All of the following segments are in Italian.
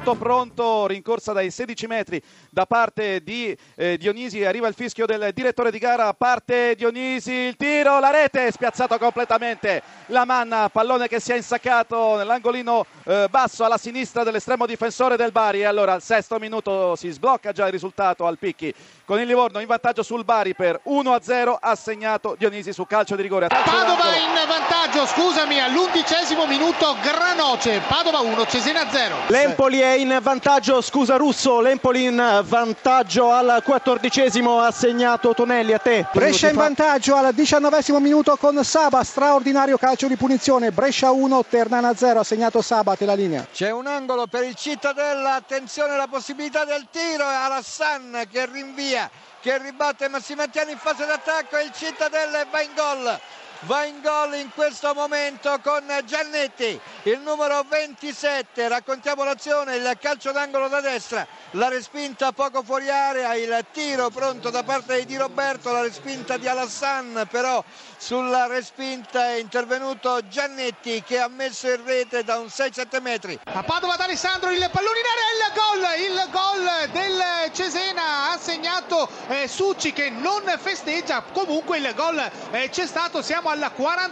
tutto pronto, rincorsa dai 16 metri da parte di Dionisi, arriva il fischio del direttore di gara, parte Dionisi, il tiro, la rete, spiazzato completamente la manna, pallone che si è insaccato nell'angolino basso alla sinistra dell'estremo difensore del Bari. E allora al 6° minuto si sblocca già il risultato al Picchi, con il Livorno in vantaggio sul Bari per 1-0, ha segnato Dionisi su calcio di rigore. Padova in vantaggio, scusami, all'11° minuto Granoce, Padova 1, Cesena 0. L'Empoli è in vantaggio, scusa Russo, l'Empoli in vantaggio al 14°, ha segnato Tonelli, a te. Brescia in vantaggio al 19° minuto con Saba, straordinario calcio di punizione, Brescia 1, Ternana 0, ha segnato Saba, te la linea. C'è un angolo per il Cittadella, attenzione alla possibilità del tiro, e Alassan che rinvia, che ribatte, ma si mantiene in fase d'attacco e il Cittadella va in gol. Va in gol in questo momento con Giannetti, il numero 27. Raccontiamo l'azione, il calcio d'angolo da destra, la respinta poco fuori area, il tiro pronto da parte di Di Roberto, la respinta di Alassan, però sulla respinta è intervenuto Giannetti che ha messo in rete da un 6-7 metri. A Padova d'Alessandro, il pallone in area, il gol del Cesena, ha segnato Succi che non festeggia, comunque il gol c'è stato, siamo al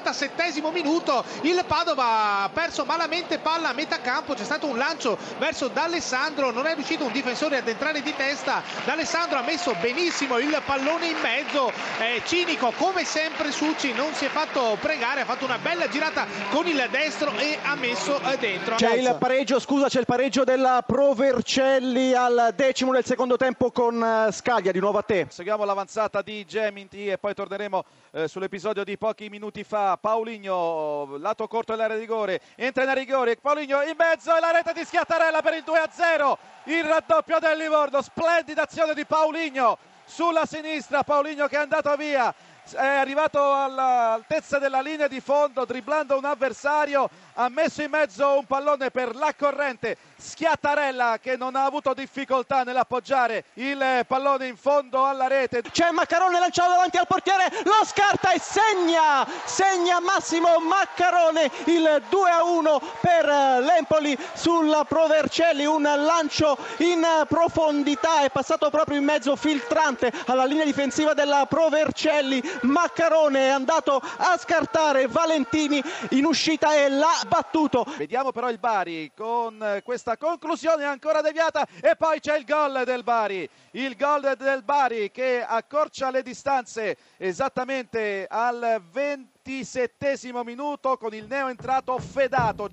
47° minuto, il Padova ha perso malamente palla a metà campo, c'è stato un lancio verso D'Alessandro, non è riuscito un difensore ad entrare di testa, D'Alessandro ha messo benissimo il pallone in mezzo, cinico come sempre Succi, non si è fatto pregare, ha fatto una bella girata con il destro e ha messo dentro. C'è il pareggio, scusa, c'è il pareggio della Pro Vercelli al 10° del secondo tempo con Scaglia, di nuovo a te. Seguiamo l'avanzata di Geminti e poi torneremo sull'episodio di pochi minuti fa. Paulinho, lato corto dell'area di rigore, entra in rigore, Paulinho in mezzo e la rete di Schiattarella per il 2-0, il raddoppio del Livorno, splendida azione di Paulinho sulla sinistra, Paulinho che è andato via, è arrivato all'altezza della linea di fondo, dribblando un avversario, ha messo in mezzo un pallone per la corrente, Schiattarella che non ha avuto difficoltà nell'appoggiare il pallone in fondo alla rete. C'è Maccarone lanciato davanti al portiere, lo scarta e segna Massimo Maccarone, il 2-1 per l'Empoli sulla Pro Vercelli, un lancio in profondità, è passato proprio in mezzo filtrante alla linea difensiva della Pro Vercelli, Maccarone è andato a scartare Valentini in uscita e l'ha battuto. Vediamo però il Bari con questa conclusione ancora deviata e poi c'è il gol del Bari, che accorcia le distanze esattamente al 27° minuto con il neoentrato Fedato.